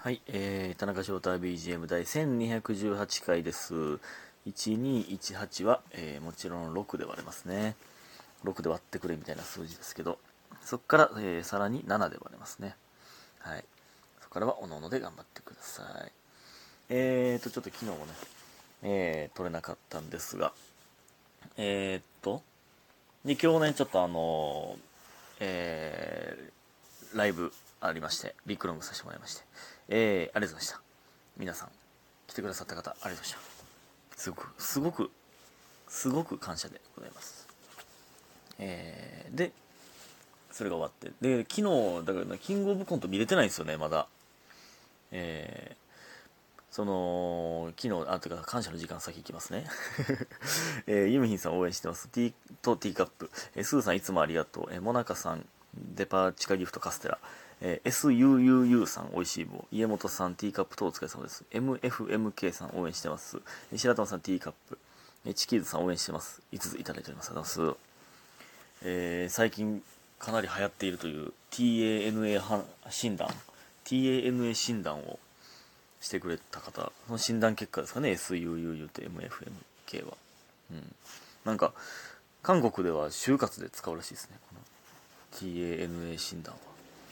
はい、田中翔太 BGM 第1218回です。1218は、もちろん6で割れますね。6で割ってくれみたいな数字ですけど、そこから、さらに7で割れますね。はい。そこからはおのおので頑張ってください。ちょっと昨日もね、撮れなかったんですが、で、今日ね、ちょっとライブありまして、ビッグロングさせてもらいまして、ありがとうございました。皆さん、来てくださった方、ありがとうございました。すごく感謝でございます。で、それが終わって、で、昨日、だから、キングオブコント見れてないんですよね、まだ。昨日、てか、感謝の時間先行きますね。ユミヒンさん応援してます。ティーカップ。スーさんいつもありがとう。モナカさん、デパ地下ギフトカステラ。SUUU さん、おいしい棒。家元さん、ティーカップとお疲れ様です。MFMK さん、応援してます。白玉さん、ティーカップ。チキーズさん、応援してます。5ついただいております。ありがとうございます。最近、かなり流行っているという TANA 診断。TANA 診断をしてくれた方、その診断結果ですかね。SUUU って MFMK は。なんか、韓国では就活で使うらしいですね。この TANA 診断は。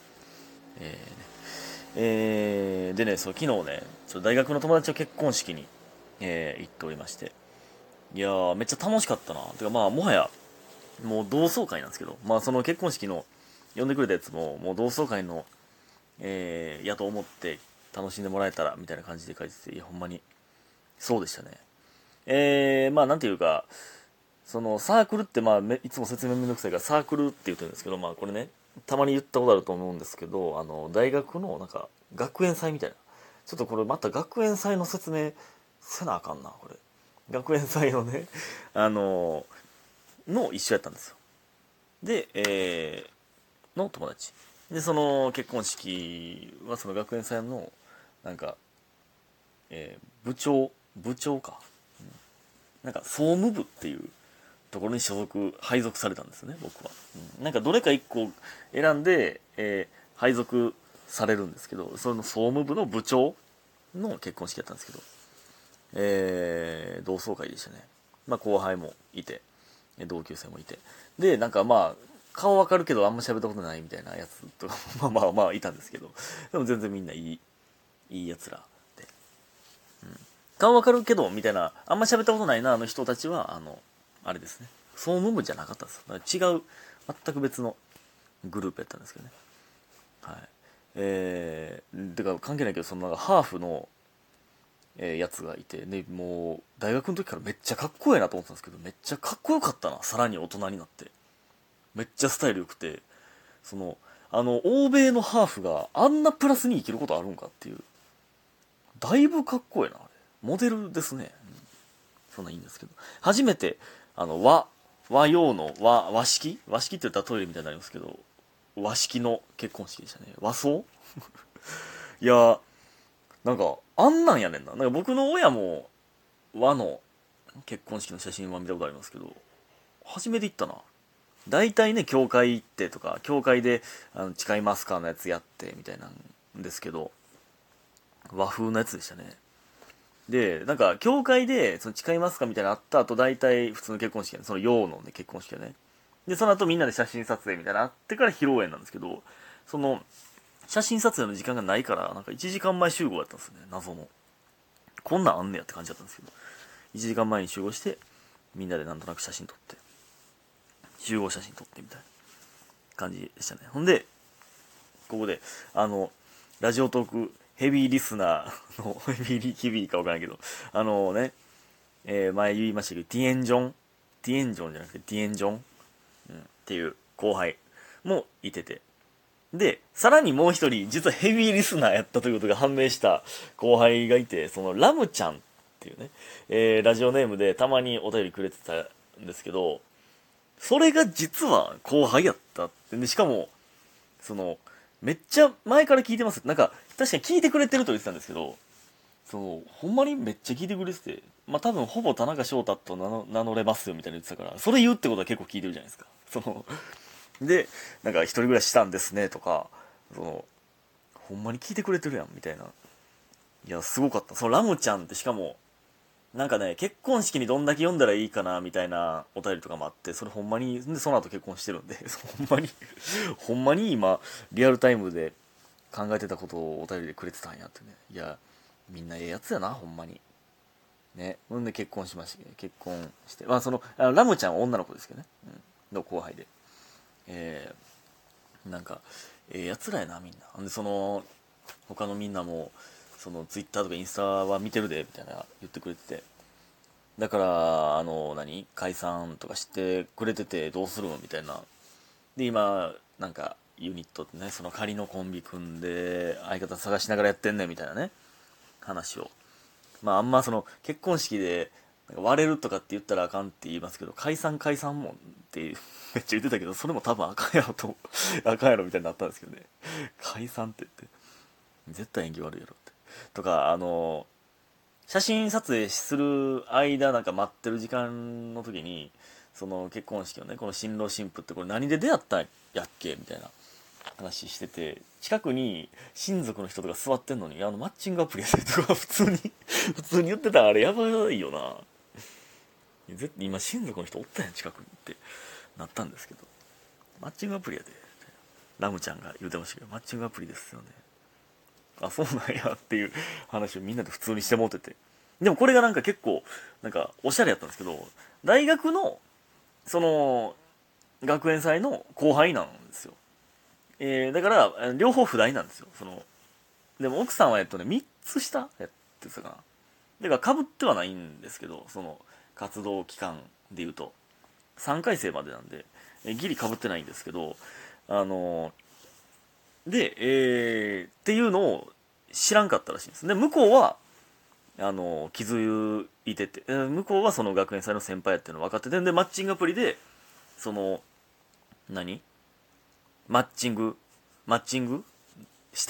でね、昨日ね、大学の友達の結婚式に、行っておりまして。いやー、めっちゃ楽しかったな。てかまあ、もはや、もう同窓会なんですけど、まあその結婚式の呼んでくれたやつも、もう同窓会の、やと思って楽しんでもらえたら、みたいな感じで書いてて、いや、ほんまに、そうでしたね。まあなんていうか、そのサークルってまあいつも説明めんどくさいからサークルって言ってるんですけど、まあこれね、たまに言ったことあると思うんですけど、大学のなんか学園祭みたいな、ちょっとこれまた学園祭の説明せなあかんな、これ。学園祭のね、の一緒やったんですよ。で、の友達で、その結婚式はその学園祭のなんか、部長か、なんか総務部っていうところに配属されたんですよね、僕は。なんかどれか一個選んで、配属されるんですけど、その総務部の部長の結婚式だったんですけど、同窓会でしたね。まあ後輩もいて、同級生もいて。で、なんかまあ、顔わかるけどあんま喋ったことないみたいなやつとかまあいたんですけど、でも全然みんないいやつらで。顔わかるけど、みたいな、あんま喋ったことないな、あの人たちは、あれですね。総務部じゃなかったんですよ。だから違う、全く別のグループやったんですけどね。はい。てか関係ないけど、そのなんかハーフの、やつがいて、で、もう、大学の時からめっちゃかっこいいなと思ってたんですけど、めっちゃかっこよかったな、さらに大人になって。めっちゃスタイル良くて、欧米のハーフがあんなプラスに生きることあるんかっていう。だいぶかっこいいな、あれ。モデルですね。そんなんいいんですけど。初めて、和洋の和式って言ったらトイレみたいになりますけど、和式の結婚式でしたね。和装いや、なんか、あんなんやねんな。なんか僕の親も和の結婚式の写真は見たことありますけど、初めて行ったな。大体ね、教会行ってとか、教会で、誓いますかのやつやって、みたいなんですけど、和風のやつでしたね。で、なんか、教会で、誓いますかみたいなのあった後、大体普通の結婚式やね。その洋のね、結婚式やね。で、その後みんなで写真撮影みたいなのあってから披露宴なんですけど、その、写真撮影の時間がないから、なんか1時間前集合やったんですよね、謎の。こんなんあんねやって感じだったんですけど。1時間前に集合して、みんなでなんとなく写真撮って、集合写真撮ってみたいな感じでしたね。ほんで、ここで、ラジオトークヘビーリスナーの、ヘビーかわからんけど、前言いましたけど、ティエンジョンじゃなくてティエンジョン、っていう後輩もいてて。で、さらにもう一人、実はヘビーリスナーやったということが判明した後輩がいて、そのラムちゃんっていうね、ラジオネームでたまにお便りくれてたんですけど、それが実は後輩やったって。で、しかも、めっちゃ前から聞いてます。なんか、確かに聞いてくれてると言ってたんですけど、ほんまにめっちゃ聞いてくれてて、まあ多分ほぼ田中翔太と名乗れますよみたいな言ってたから、それ言うってことは結構聞いてるじゃないですか。で、なんか一人暮らししたんですねとか、 ほんまに聞いてくれてるやんみたいな。いやすごかった。そのラムちゃんってしかもなんかね、結婚式にどんだけ読んだらいいかなみたいなお便りとかもあって、それほんまに、でその後結婚してるんでほんまにほんまに今リアルタイムで考えてたことをお便りでくれてたんやってね。いやみんなええやつやなほんまにね。ほんで結婚しましたけど、結婚して、まあそのラムちゃんは女の子ですけどね、の後輩で、なんかええやつらやなみんな。でその他のみんなもそのツイッターとかインスタは見てるでみたいな言ってくれてて、だから解散とかしてくれててどうするのみたいな。で今なんかユニットってね、その仮のコンビ組んで相方探しながらやってんねんみたいなね話を、まああんまその結婚式でなんか割れるとかって言ったらあかんって言いますけど、解散もってめっちゃ言ってたけど、それも多分あかんやろとあかんやろみたいになったんですけどね。解散って言って絶対縁起悪いやろってとか、写真撮影する間なんか待ってる時間の時に、その結婚式のね、この新郎新婦ってこれ何で出会ったんやっけみたいな話してて、近くに親族の人とか座ってんのに、マッチングアプリやでとか普通に普通に言ってたら、あれやばいよな。今親族の人おったやん近くにってなったんですけど、マッチングアプリやでラムちゃんが言うてましたけど、マッチングアプリですよね。あ、そうなんやっていう話をみんなで普通にしてもうてて。でもこれがなんか結構、なんかおしゃれやったんですけど、大学の、その、学園祭の後輩なんですよ。だから、両方不代なんですよ。でも奥さんは3つ下やってたかな。だから被ってはないんですけど、その、活動期間で言うと、3回生までなんで、ギリ被ってないんですけど、で、っていうのを知らんかったらしいんです。で、向こうは、気づいてて、向こうはその学園祭の先輩やっていうの分かってて、で、マッチングアプリで、その、何マッチングした、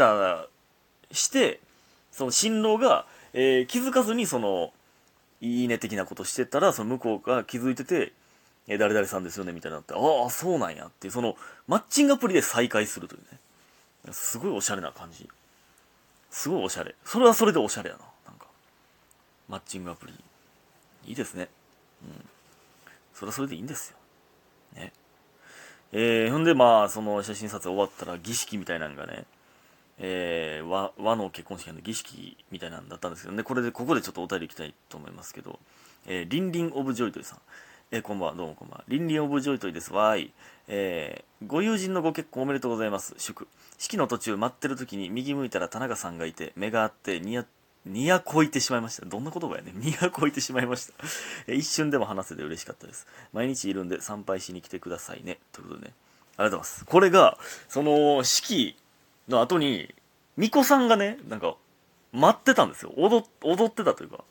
して、その新郎が、気づかずにその、いいね的なことしてたら、その向こうが気づいてて、誰々さんですよねみたいになって、ああ、そうなんやっていう、その、マッチングアプリで再会するというね。すごいおしゃれな感じ。すごいおしゃれ。それはそれでおしゃれやな。なんか、マッチングアプリ。いいですね。それはそれでいいんですよ。ね。ほんでまあ、その写真撮影終わったら儀式みたいなのがね、和の結婚式の儀式みたいなんだったんですけどね、ここでちょっとお便りいきたいと思いますけど、リンリンオブジョイトイさん。こんばんは、どうもこんばんは。リンリンオブジョイトイです。わーい。ご友人のご結婚おめでとうございます。祝。式の途中待ってる時に右向いたら田中さんがいて、目があってニヤこいてしまいました。どんな言葉やね。ニヤこいてしまいました。一瞬でも話せて嬉しかったです。毎日いるんで参拝しに来てくださいね。ということでね。ありがとうございます。これが、その、式の後に、巫女さんがね、なんか、待ってたんですよ。踊ってたというか。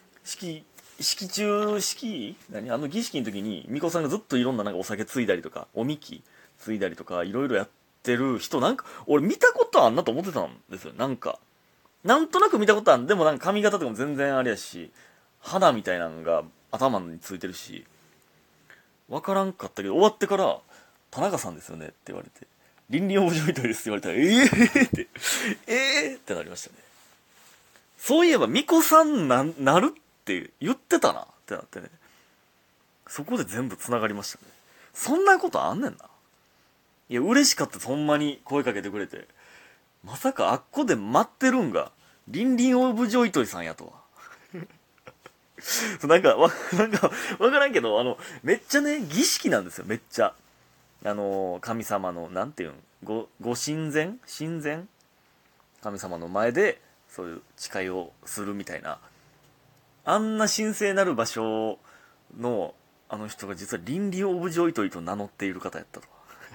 儀式の時に、巫女さんがずっといろんななんかお酒ついだりとか、おみきついだりとか、いろいろやってる人、なんか、俺見たことあんなと思ってたんですよ。なんか。なんとなく見たことある。でもなんか髪型とかも全然あれやし、肌みたいなのが頭についてるし、わからんかったけど、終わってから、田中さんですよねって言われて、倫理オブジョイトですって言われたら、って、ってなりましたね。そういえば、巫女さんなるって言ってたなってなってね。そこで全部繋がりましたね。そんなことあんねんな。いや、嬉しかった。ほんまに声かけてくれて。まさかあっこで待ってるんが、リンリンオブジョイトイさんやとは。なんかわからんけど、めっちゃね、儀式なんですよ、めっちゃ。神様の、なんていうん、ご神前神様の前で、そういう誓いをするみたいな。あんな神聖なる場所の、あの人が実は倫理オブジョイトイと名乗っている方やったと。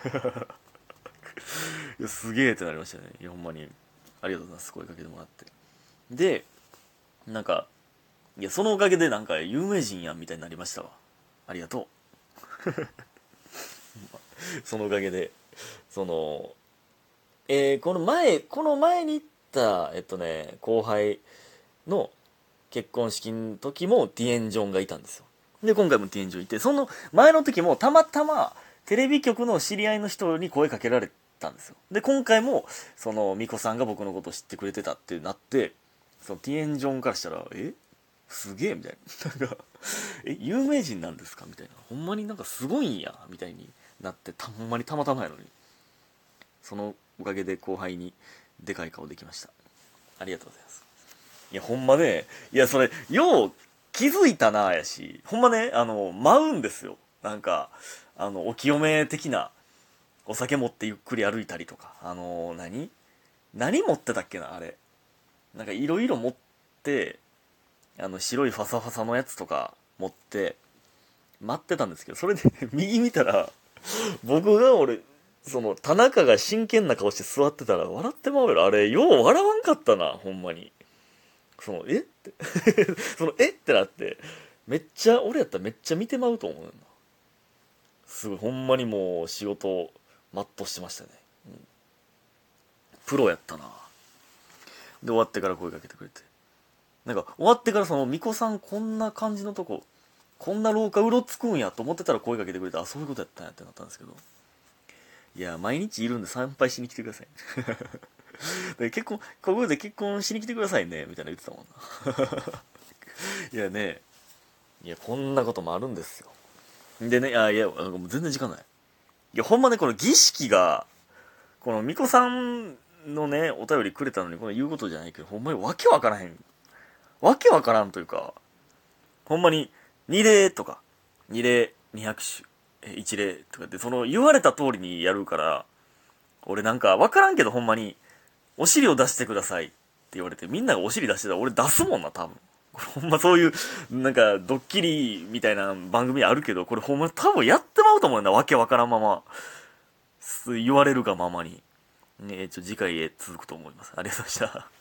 いや、すげえってなりましたね。いや、ほんまに。ありがとうございます。声かけてもらって。で、なんか、いや、そのおかげでなんか有名人やんみたいになりましたわ。ありがとう。そのおかげで、その、この前に行った、後輩の結婚式の時もディエンジョンがいたんですよ。で、今回もディエンジョンいて、その前の時もたまたまテレビ局の知り合いの人に声かけられたんですよ。で今回もその巫女さんが僕のことを知ってくれてたってなって、そのティエンジョンからしたらすげえみたいな、なんか有名人なんですかみたいな、ほんまになんかすごいんやみたいになって、ほんまにたまたまやのに、そのおかげで後輩にでかい顔できました。ありがとうございます。いやほんまね、いやそれよう気づいたなやし、ほんまね、舞うんですよ。なんかお清め的な、お酒持ってゆっくり歩いたりとか、何持ってたっけなあれ、なんかいろいろ持って、白いファサファサのやつとか持って待ってたんですけど、それで右見たら、僕がその田中が真剣な顔して座ってたら笑ってまうやろ。あれよう笑わんかったな、ほんまに。ってってなって、めっちゃ俺やったらめっちゃ見てまうと思うよな。すごいほんまにもう仕事全うしてましたね、うん、プロやったな。で終わってから声かけてくれて、なんか終わってからその巫女さんこんな感じのとこ、こんな廊下うろつくんやと思ってたら声かけてくれて、あそういうことやったんやってなったんですけど、いや毎日いるんで参拝しに来てくださいでここで結婚しに来てくださいねみたいな言ってたもんないやね、いやこんなこともあるんですよ。でね、いやもう全然時間ない。いやほんまね、この儀式が、この巫女さんのねお便りくれたのにこの言うことじゃないけど、ほんまにわけわからへん、わけわからんというか、ほんまに二礼とか二礼二拍手一礼とかって、その言われた通りにやるから、俺なんかわからんけどほんまにお尻を出してくださいって言われて、みんながお尻出してたら俺出すもんな多分。これほんまそういうなんかドッキリみたいな番組あるけど、これほんま多分やってまうと思うんだ、わけわからんまま言われるがままにね。次回へ続くと思います。ありがとうございました。